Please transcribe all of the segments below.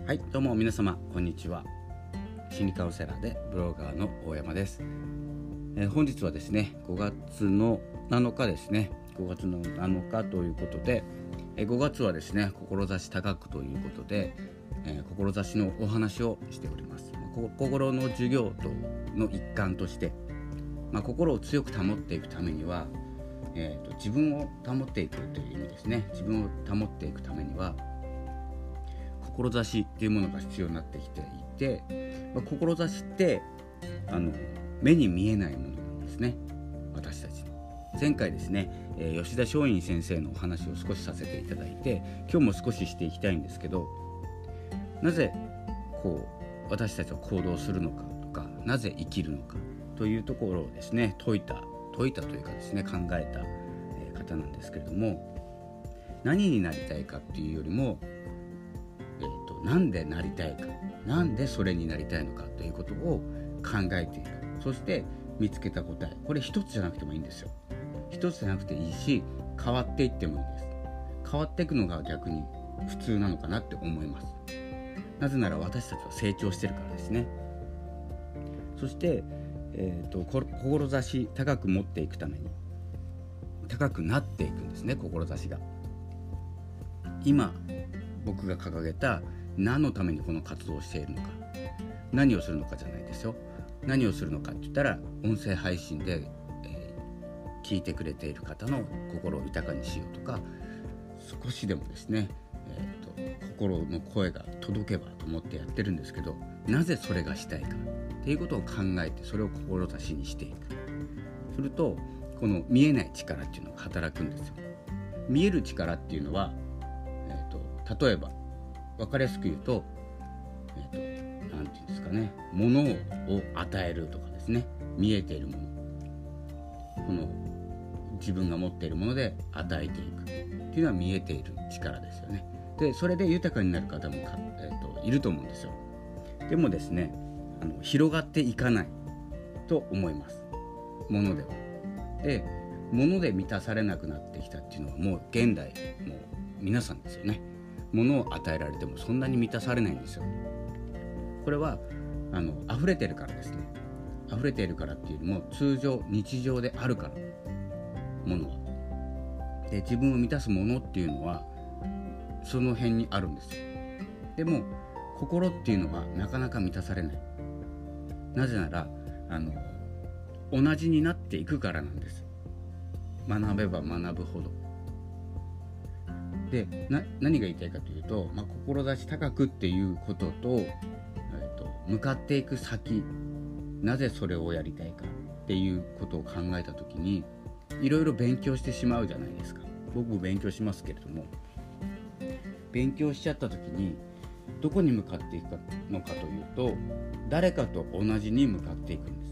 はい、どうも皆様こんにちは。心理カウンセラーでブロガーの大山です。本日はですね5月の7日ですね5月の7日ということで、5月はですね志高くということで、志のお話をしております。心の授業の一環として、心を強く保っていくためには、自分を保っていくという意味ですね。自分を保っていくためには志っていうものが必要になってきていて、志って目に見えないものなんですね。私たちの前回ですね、吉田松陰先生のお話を少しさせていただいて、今日も少ししていきたいんですけど、なぜ私たちは行動するのかとか、なぜ生きるのかというところをですね説いたというかですね考えた、方なんですけれども、何になりたいかっていうよりもなんでなりたいか、なんでそれになりたいのかということを考えていく。そして見つけた答え、これ一つじゃなくてもいいんですよ。一つじゃなくていいし、変わっていってもいいです。変わっていくのが逆に普通なのかなって思います。私たちは成長してるからですね。そして、志高く持っていくために高くなっていくんですね。志が今僕が掲げた何のためにこの活動をしているのか、何をするのかじゃないですよ。何をするのかって言ったら、音声配信で、聞いてくれている方の心を豊かにしようとか、少しでもですね、心の声が届けばと思ってやってるんですけど、なぜそれがしたいかっていうことを考えて、それを志にしていく。するとこの見えない力っていうのが働くんですよ。見える力っていうのは、例えば分かりやすく言うと、なんていうんですかね、物を与えるとかですね、見えているもの、この自分が持っているもので与えていくっていうのは見えている力ですよね。でそれで豊かになる方もいると思うんですよ。でもですね、広がっていかないと思います、ものでは。で物で満たされなくなってきたっていうのはもう現代もう皆さんですよね。物を与えられてもそんなに満たされないんですよ。これは溢れてるからですね。溢れているからっていうよりも、通常日常であるから、物は。で自分を満たすものっていうのはその辺にあるんですよ。でも心っていうのはなかなか満たされない。なぜなら同じになっていくからなんです。学べば学ぶほど。で何が言いたいかというと、志高くっていうことと、向かっていく先、なぜそれをやりたいかっていうことを考えたときに、いろいろ勉強してしまうじゃないですか。僕も勉強しますけれども、勉強しちゃったときにどこに向かっていくのかというと、誰かと同じに向かっていくんです。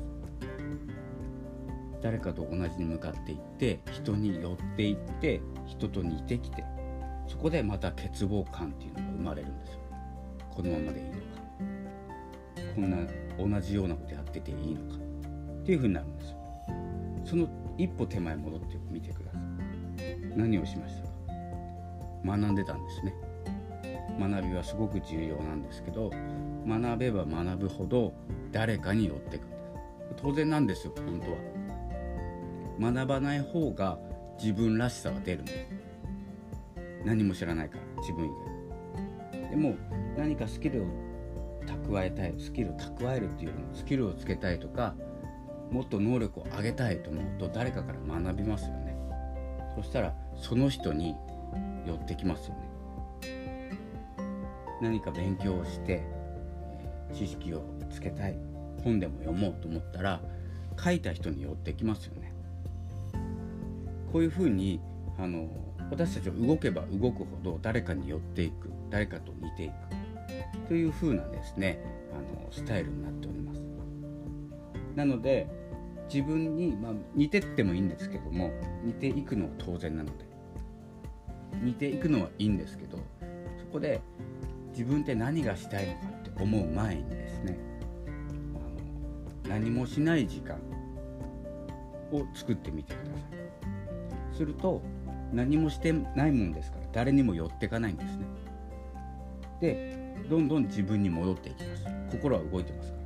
誰かと同じに向かっていって、人に寄っていって、人と似てきて、そこでまた欠乏感っていうのが生まれるんですよ。このままでいいのか、こんな同じようなことやってていいのかっていう風になるんですよ。その一歩手前戻ってみてください。何をしましたか？学んでたんですね。学びはすごく重要なんですけど、学べば学ぶほど誰かに寄っていくんです。当然なんですよ。本当は学ばない方が自分らしさは出るんです。何も知らないから、自分以外。でも何かスキルを蓄えたい、スキルを蓄えるっていうよりもスキルをつけたいとか、もっと能力を上げたいと思うと、誰かから学びますよね。そしたらその人に寄ってきますよね。何か勉強をして知識をつけたい、本でも読もうと思ったら書いた人に寄ってきますよね。こういうふうに私たちは動けば動くほど誰かに寄っていく、誰かと似ていくというふうなですねスタイルになっております。なので自分に、似てってもいいんですけども、似ていくのは当然なので、似ていくのはいいんですけど、そこで自分って何がしたいのかって思う前にですね、何もしない時間を作ってみてください。すると何もしてないもんですから、誰にも寄ってかないんですね。でどんどん自分に戻っていきます。心は動いてますから。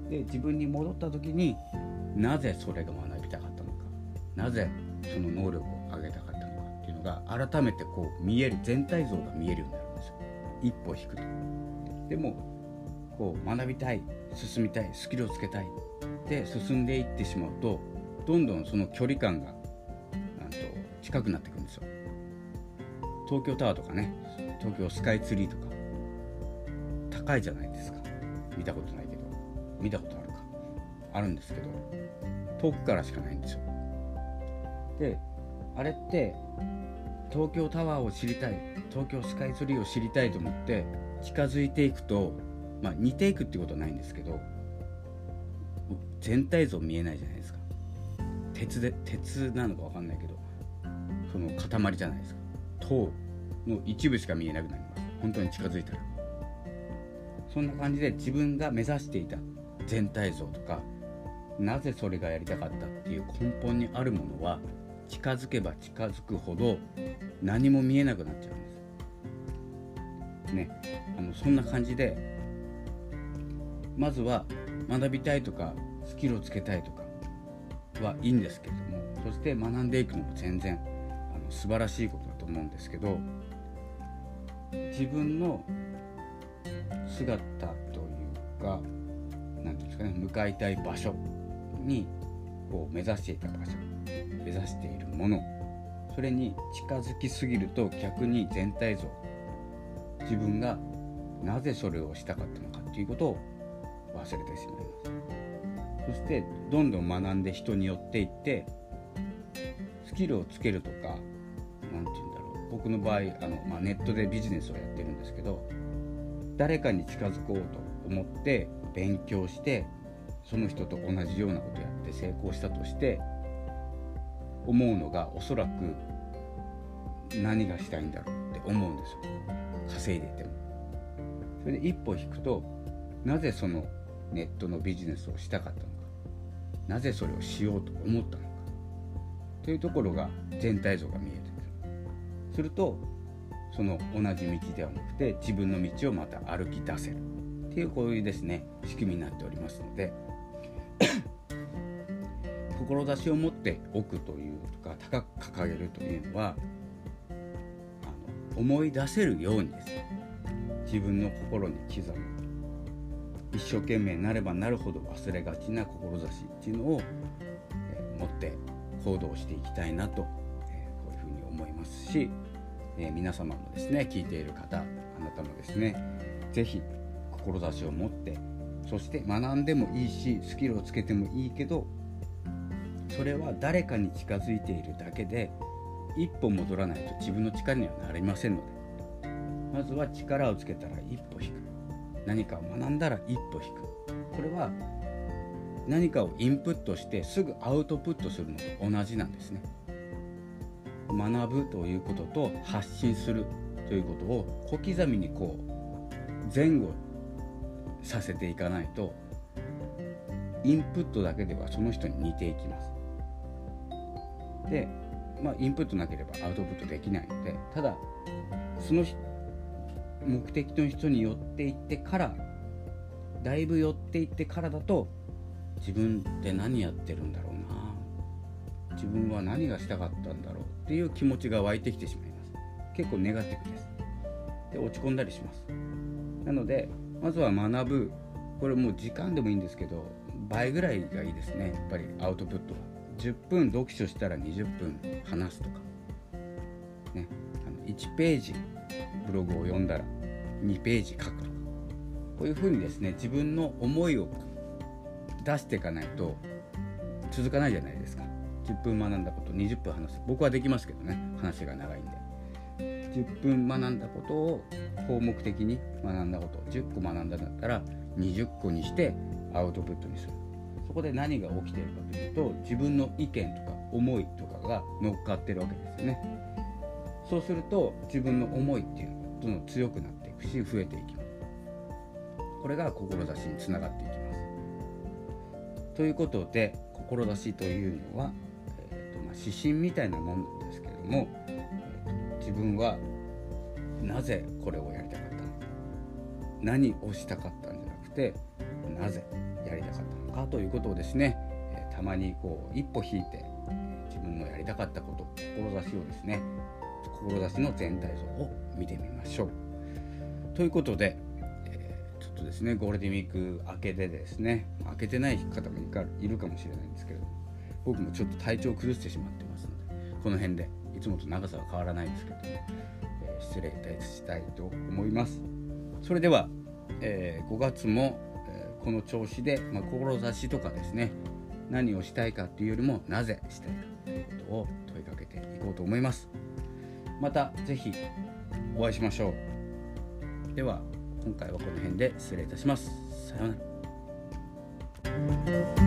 で自分に戻った時になぜそれが学びたかったのか、なぜその能力を上げたかったのかっていうのが改めてこう見える、全体像が見えるようになるんですよ。一歩引くと。でもこう学びたい、進みたい、スキルをつけたいで進んでいってしまうと、どんどんその距離感が近くなってくるんですよ。東京タワーとかね、東京スカイツリーとか高いじゃないですか。見たことないけど、見たことあるか、あるんですけど遠くからしかないんですよ。であれって東京タワーを知りたい、東京スカイツリーを知りたいと思って近づいていくと、似ていくってことはないんですけど、全体像見えないじゃないですか。鉄なのか分かんないけど、その塊じゃないですか。塔の一部しか見えなくなります。本当に近づいたら。そんな感じで自分が目指していた全体像とか、なぜそれがやりたかったっていう根本にあるものは、近づけば近づくほど何も見えなくなっちゃうんですね。そんな感じで、まずは学びたいとかスキルをつけたいとかはいいんですけれども、そして学んでいくのも全然素晴らしいことだと思うんですけど、自分の姿というか、なんていうんですかね、向かいたい場所にこう目指していた場所、目指しているもの、それに近づきすぎると逆に全体像、自分がなぜそれをしたかったのかっていうことを忘れてしまいます。そしてどんどん学んで人によっていって、スキルをつけるとか、なんていうんだろう、僕の場合ネットでビジネスをやってるんですけど、誰かに近づこうと思って勉強して、その人と同じようなことをやって成功したとして思うのが、おそらく何がしたいんだろうって思うんですよ。稼いでいても。それで一歩引くと、なぜそのネットのビジネスをしたかったのか、なぜそれをしようと思ったのかというところが全体像が見えてくる。するとその同じ道ではなくて自分の道をまた歩き出せるっていう、こういうですね仕組みになっておりますので志を持っておくというとか、高く掲げるというのは思い出せるようにですね、自分の心に刻む、一生懸命なればなるほど忘れがちな志っていうのを、持って行動していきたいなと、こういうふうに思いますし、皆様もですね、聞いている方、あなたもですね、ぜひ志を持って、そして学んでもいいしスキルをつけてもいいけど、それは誰かに近づいているだけで一歩戻らないと自分の力にはなりませんので、まずは力をつけたら一歩引く、何かを学んだら一歩引く。これは何かをインプットしてすぐアウトプットするのと同じなんですね。学ぶということと発信するということを小刻みにこう前後させていかないと、インプットだけではその人に似ていきます。で、インプットなければアウトプットできないので、ただその目的の人に寄っていってから、だいぶ寄っていってからだと、自分って何やってるんだろうな、自分は何がしたかったんだろうっていう気持ちが湧いてきてしまいます。結構ネガティブです。で、落ち込んだりします。なのでまずは学ぶ、これもう時間でもいいんですけど倍ぐらいがいいですね。やっぱりアウトプットは10分読書したら20分話すとかね、1ページブログを読んだら2ページ書くとか、こういうふうにですね、自分の思いを出していかないと続かないじゃないですか。10分学んだこと20分話す、僕はできますけどね、話が長いんで。10分学んだことを項目的に学んだことを10個学んだんだったら20個にしてアウトプットにする。そこで何が起きているかというと、自分の意見とか思いとかが乗っかってるわけですよね。そうすると自分の思いっていうのがどんどん強くなっていくし、増えていきます。これが志につながっていきます。ということで、志というのは、指針みたいなもんなんですけれども、自分はなぜこれをやりたかったのか、 何をしたかったんじゃなくて、なぜやりたかったのかということをですね、たまに一歩引いて、自分のやりたかったこと、志をですね、志の全体像を見てみましょう。ということで、ちょっとですね、ゴールデンウィーク明けでですね、明けてない方もいるかもしれないんですけれども、僕もちょっと体調を崩してしまってますので、この辺でいつもと長さは変わらないですけれども、失礼いたしたいと思います。それでは、5月も、この調子で、志とかですね、何をしたいかというよりもなぜしたいかということを問いかけていこうと思います。またぜひお会いしましょう。では今回はこの辺で失礼いたします。さようなら。